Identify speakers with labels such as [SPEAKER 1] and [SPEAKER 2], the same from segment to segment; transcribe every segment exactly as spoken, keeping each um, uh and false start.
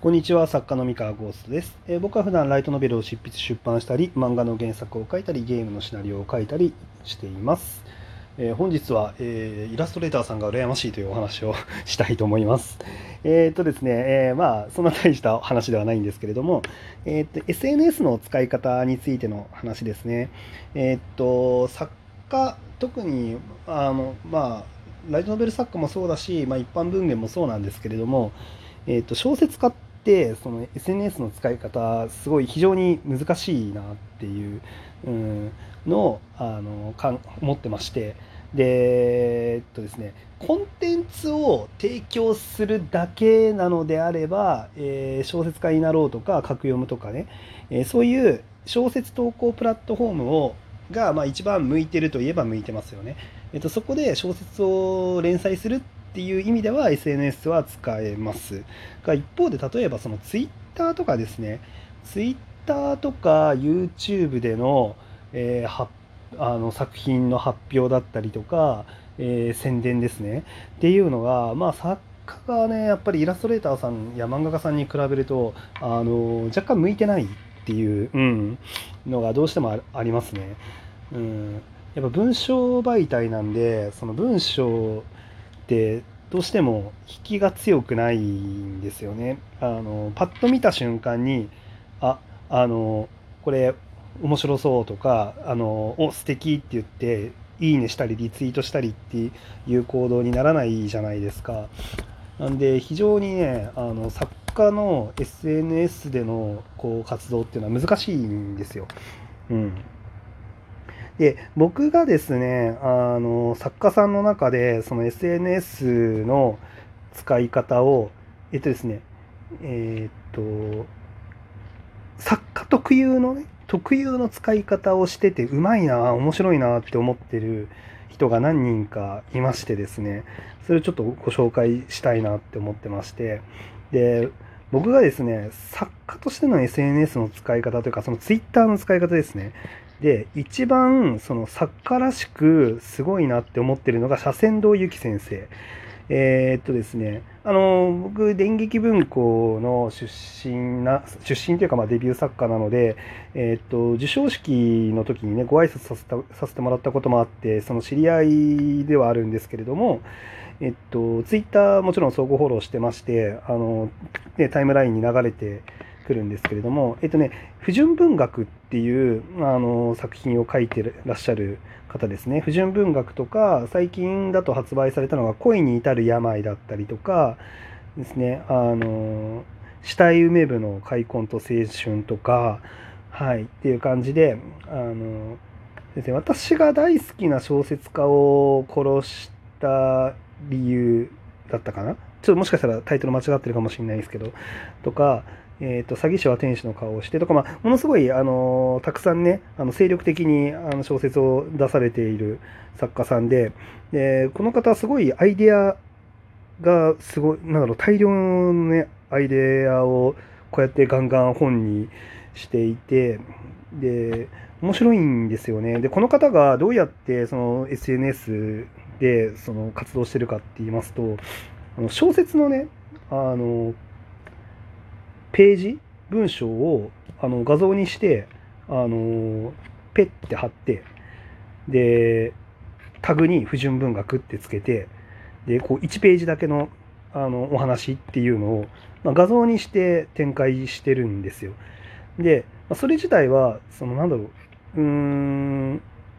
[SPEAKER 1] こんにちは、作家の三河ゴーストです。えー僕は普段ライトノベルを執筆出版したり、漫画の原作を書いたり、ゲームのシナリオを書いたりしています。えー本日は、えーイラストレーターさんが羨ましいというお話をしたいと思います。えーっとですね、えーまあ、そんな大した話ではないんですけれども、えーっと、エスエヌエス の使い方についての話ですね。えーっと、作家、特に、あの、まあ、ライトノベル作家もそうだし、まあ、一般文芸もそうなんですけれども、えーと、小説家ってその エスエヌエス の使い方すごい非常に難しいなっていう、うん、のをあのかん思ってまして、でえっとですねコンテンツを提供するだけなのであれば、えー小説家になろうとか格読むとかね、えーそういう小説投稿プラットフォームをが、まあ、一番向いてるといえば向いてますよね。えっと、そこで小説を連載するっていう意味では エスエヌエス は使えますが、一方で例えばその Twitter とかですね、Twitter とか YouTube での、えーはあの作品の発表だったりとか、えー宣伝ですねっていうのが、まあ、作家がねやっぱりイラストレーターさんや漫画家さんに比べるとあの若干向いてないっていう、うん、のがどうしてもあありますね。うん、やっぱ文章媒体なんで、その文章ってどうしても引きが強くないんですよね。あのパッと見た瞬間に、あ、あのこれ面白そうとか、あのお素敵って言っていいねしたりリツイートしたりっていう行動にならないじゃないですか。なんで非常にね、あの作家の エスエヌエス でのこう活動っていうのは難しいんですよ。うん。で、僕がですね、あの、作家さんの中で、その エスエヌエス の使い方を、えっとですね、えーっと、作家特有のね、特有の使い方をしてて、うまいな、面白いなって思ってる人が何人かいましてですね、それをちょっとご紹介したいなって思ってまして、で、僕がですね、作家としての エスエヌエス の使い方というか、その Twitter の使い方ですね。で、一番その作家らしくすごいなって思ってるのが、斜線堂ゆき先生。えーっとですね、あの、僕、電撃文庫の出身な、出身というか、まあ、デビュー作家なので、えーっと、授賞式の時にね、ご挨拶させた、させてもらったこともあって、その知り合いではあるんですけれども、えっと、ツイッターもちろん相互フォローしてまして、あの、ね、タイムラインに流れてくるんですけれども、えっとね、不純文学っていう、あの、作品を書いてらっしゃる方ですね。不純文学とか、最近だと発売されたのが恋に至る病だったりとかですね、あの、死体埋め部の開墾と青春とか、はい、っていう感じで、あの、ですね、私が大好きな小説家を殺した理由だったかな、ちょっともしかしたらタイトル間違ってるかもしれないですけど、とか、えっと、詐欺師は天使の顔をしてとか、まあ、ものすごい、あの、たくさんね、あの、精力的に、あの、小説を出されている作家さんで、で、この方はすごいアイデアがすごい、なんだろう、大量のね、アイデアをこうやってガンガン本にしていて、で、面白いんですよね。で、この方がどうやってその エスエヌエス でその活動してるかって言いますと、あの小説のね、あの、ページ、文章をあの画像にして、あの、ペッて貼って、で、タグに不純文学ってつけて、で、こういちページだけのあのお話っていうのを、まあ、画像にして展開してるんですよ。で、まあそれ自体は、そのなんだろう、うーん、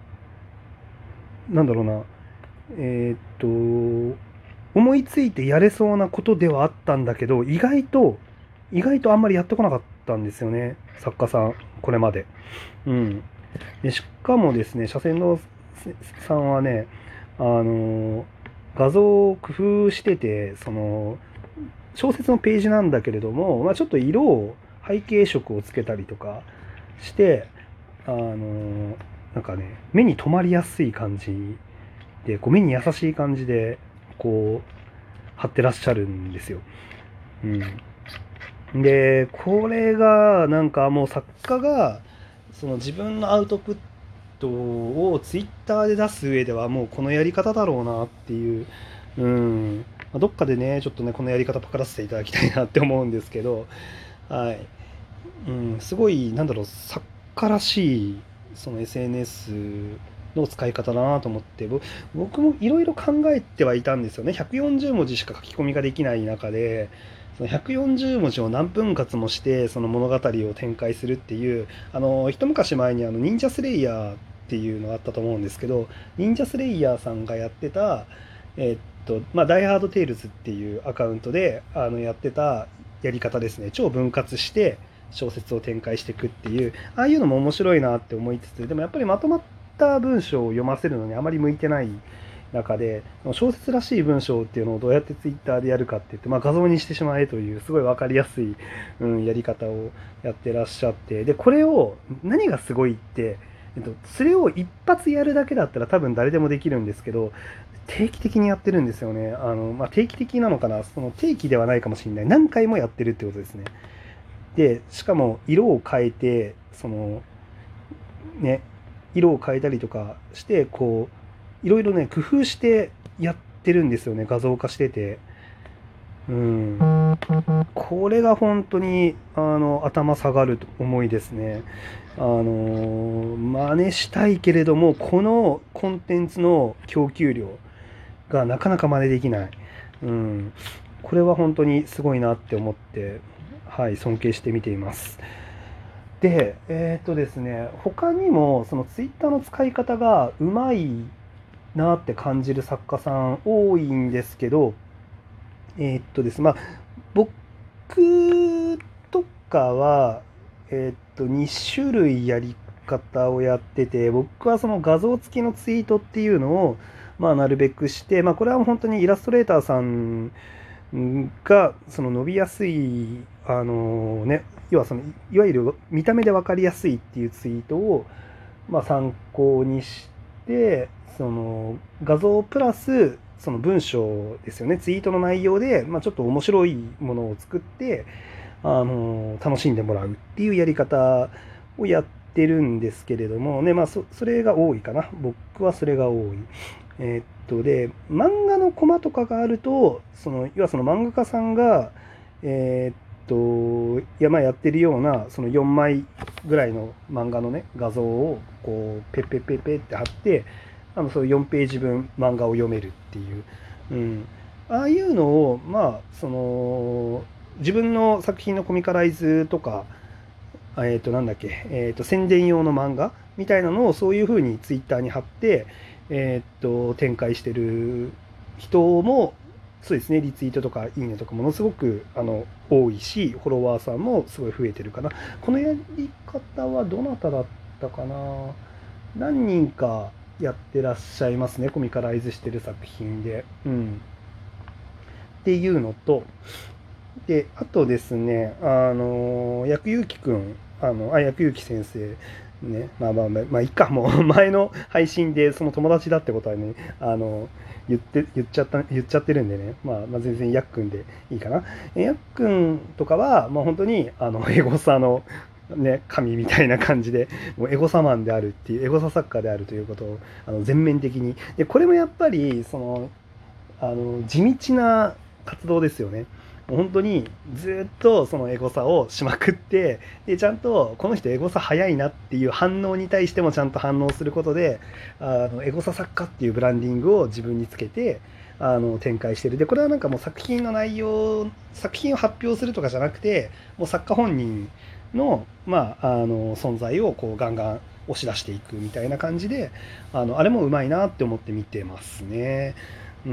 [SPEAKER 1] なんだろうな、えーっと、思いついてやれそうなことではあったんだけど、意外と、意外とあんまりやってこなかったんですよね、作家さん、これまで。うん。で、しかもですね、斜線のさんはね、あの、画像を工夫してて、その、小説のページなんだけれども、まあ、ちょっと色を、背景色をつけたりとかして、あの、なんかね、目に留まりやすい感じで、こう目に優しい感じで、こう、貼ってらっしゃるんですよ。うん。で、これが、なんかもう作家が、その自分のアウトプットをツイッターで出す上ではもうこのやり方だろうなっていう、うん、 あ、どっかでねちょっとねこのやり方パクらせていただきたいなって思うんですけど、はい、うん、すごいなんだろう作家らしいその エスエヌエス の使い方だなと思って、ぼ僕もいろいろ考えてはいたんですよね。ひゃくよんじゅう文字しか書き込みができない中で、そのひゃくよんじゅう文字を何分割もしてその物語を展開するっていう、あの一昔前にあの忍者スレイヤーっていうのがあったと思うんですけど、忍者スレイヤーさんがやってた、えーっとまあ、ダイハードテイルズっていうアカウントであのやってたやり方ですね。超分割して小説を展開していくっていう、ああいうのも面白いなって思いつつ、でもやっぱりまとまった文章を読ませるのにあまり向いてない中で、小説らしい文章っていうのをどうやってツイッターでやるかって言って、まあ、画像にしてしまえというすごい分かりやすい、うん、やり方をやってらっしゃって、でこれを何がすごいって、えっと、それを一発やるだけだったら多分誰でもできるんですけど、定期的にやってるんですよね。あの、まあ、定期的なのかな、その定期ではないかもしれない。何回もやってるってことですね。で、しかも色を変えて、その、ね、色を変えたりとかして、こう、いろいろね、工夫してやってるんですよね、画像化してて。うん。これが本当に、あの、頭下がる思いですね。あの、真似したいけれども、このコンテンツの供給量がなかなか真似できない。うん。これは本当にすごいなって思って、はい、尊敬して見ています。で、えーっとですね、他にもそのツイッターの使い方がうまいなって感じる作家さん多いんですけど、えーっとですまあ僕とかはえーっとに種類やり方をやってて、僕はその画像付きのツイートっていうのをまあなるべくして、まあこれは本当にイラストレーターさんがその伸びやすい、あのね、要はそのいわゆる見た目で分かりやすいっていうツイートをまあ参考にして、その画像プラスその文章ですよね、ツイートの内容で、まあ、ちょっと面白いものを作ってあの楽しんでもらうっていうやり方をやってるんですけれどもね、まあそ、それが多いかな。僕はそれが多い。えーっとで漫画のコマとかがあると、その要はその漫画家さんがえーっと山やってるようなそのよんまいぐらいの漫画のね画像をこうペッペッペッペッって貼って、あのそのよんページ分漫画を読めるっていう、うん、ああいうのをまあその自分の作品のコミカライズとか、えっと、なんだっけ、えっと、宣伝用の漫画みたいなのをそういう風にツイッターに貼って、えっと、展開してる人も、そうですね、リツイートとかいいねとかものすごくあの多いし、フォロワーさんもすごい増えてるかな。このやり方はどなただったかな。何人かやってらっしゃいますね、コミカライズしてる作品で。うん。っていうのと、で、あとですね、あの、薬ゆうきくん、あの、あ、薬ゆうき先生、ね、まあまあまあ、まあ、いいか、もう前の配信でその友達だってことはね、あの、言って、言っちゃった、言っちゃってるんでね、まあ、まあ、全然やっくんでいいかな。えやっくんとかは、まあ本当に、あの、エゴサの、ね、神みたいな感じで、もうエゴサマンであるっていう、エゴサ作家であるということを、あの、全面的に。で、これもやっぱり、その、あの、地道な活動ですよね。もう本当にずっとそのエゴサをしまくって、でちゃんとこの人エゴサ早いなっていう反応に対してもちゃんと反応することで、あのエゴサ作家っていうブランディングを自分につけてあの展開してる。でこれはなんかもう作品の内容、作品を発表するとかじゃなくて、もう作家本人の、まあ、あの存在をこうガンガン押し出していくみたいな感じで、あのあれもうまいなって思って見てますね。うん。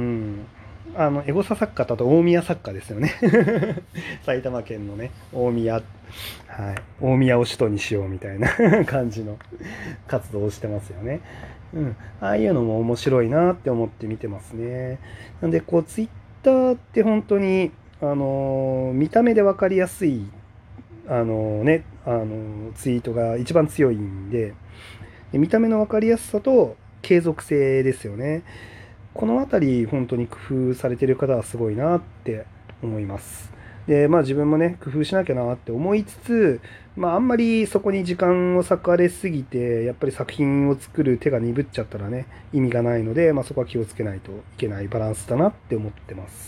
[SPEAKER 1] あのエゴサ作家だと大宮作家ですよね。埼玉県のね大宮、はい、大宮を首都にしようみたいな感じの活動をしてますよね。うん、ああいうのも面白いなって思って見てますね。なんでこうツイッターって本当にあの見た目で分かりやすいあのねあのツイートが一番強いんで、見た目の分かりやすさと継続性ですよね。このあたり本当に工夫されてる方はすごいなって思います。で、まあ自分もね、工夫しなきゃなって思いつつ、まああんまりそこに時間を割かれすぎて、やっぱり作品を作る手が鈍っちゃったらね、意味がないので、まあそこは気をつけないといけないバランスだなって思ってます。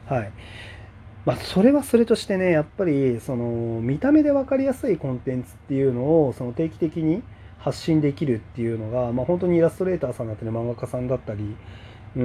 [SPEAKER 1] はい。まあ、それはそれとしてね、やっぱりその見た目で分かりやすいコンテンツっていうのをその定期的に発信できるっていうのが、まあ、本当にイラストレーターさんだったり漫画家さんだったり、うん、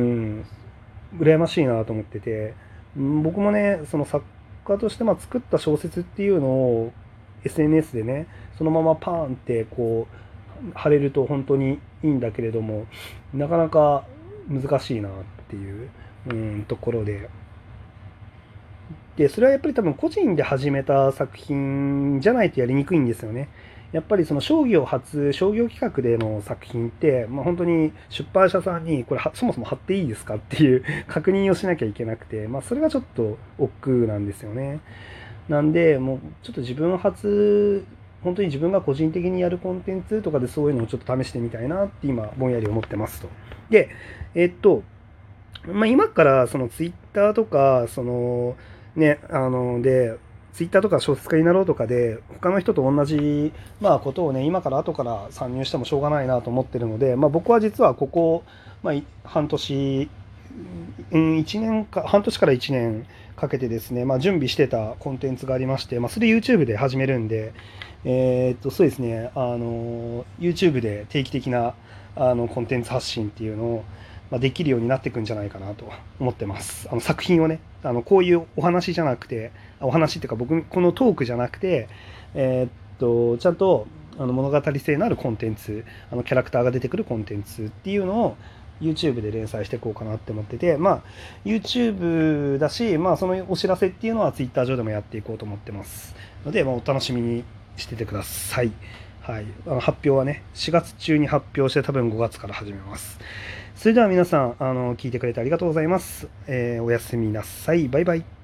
[SPEAKER 1] 羨ましいなと思ってて、うん、僕もね、その作家としてまあ作った小説っていうのを エスエヌエス でね、そのままパーンってこう貼れると本当にいいんだけれども、なかなか難しいなっていう、うん、ところで。で、それはやっぱり多分個人で始めた作品じゃないとやりにくいんですよね。やっぱりその商業初、商業企画での作品って、まあ、本当に出版社さんにこれそもそも貼っていいですかっていう確認をしなきゃいけなくて、まあ、それがちょっと億劫なんですよね。なんで、もうちょっと自分初、本当に自分が個人的にやるコンテンツとかでそういうのをちょっと試してみたいなって今、ぼんやり思ってますと。で、えっと、まあ、今からそのツイッターとか、そのね、あの、で、ツイッターとか小説家になろうとかで、他の人と同じ、まあ、ことをね、今から後から参入してもしょうがないなと思ってるので、まあ、僕は実はここ、まあ、半年、うん、いちねんか、半年からいちねんかけてですね、まあ、準備してたコンテンツがありまして、まあ、それ YouTube で始めるんで、えーっと、そうですね、あの、YouTube で定期的なあのコンテンツ発信っていうのを、まあ、できるようになっていくんじゃないかなと思ってます。あの作品をね、あのこういうお話じゃなくて、お話っていうか僕、このトークじゃなくて、えーっと、ちゃんとあの物語性のあるコンテンツ、あのキャラクターが出てくるコンテンツっていうのを YouTube で連載していこうかなって思ってて、まあ YouTube だし、まあそのお知らせっていうのは Twitter 上でもやっていこうと思ってますので、まあ、お楽しみにしててください。はい、あの発表はね、しがつ中に発表して多分ごがつから始めます。それでは皆さん、あの聞いてくれてありがとうございます。えーおやすみなさい。バイバイ。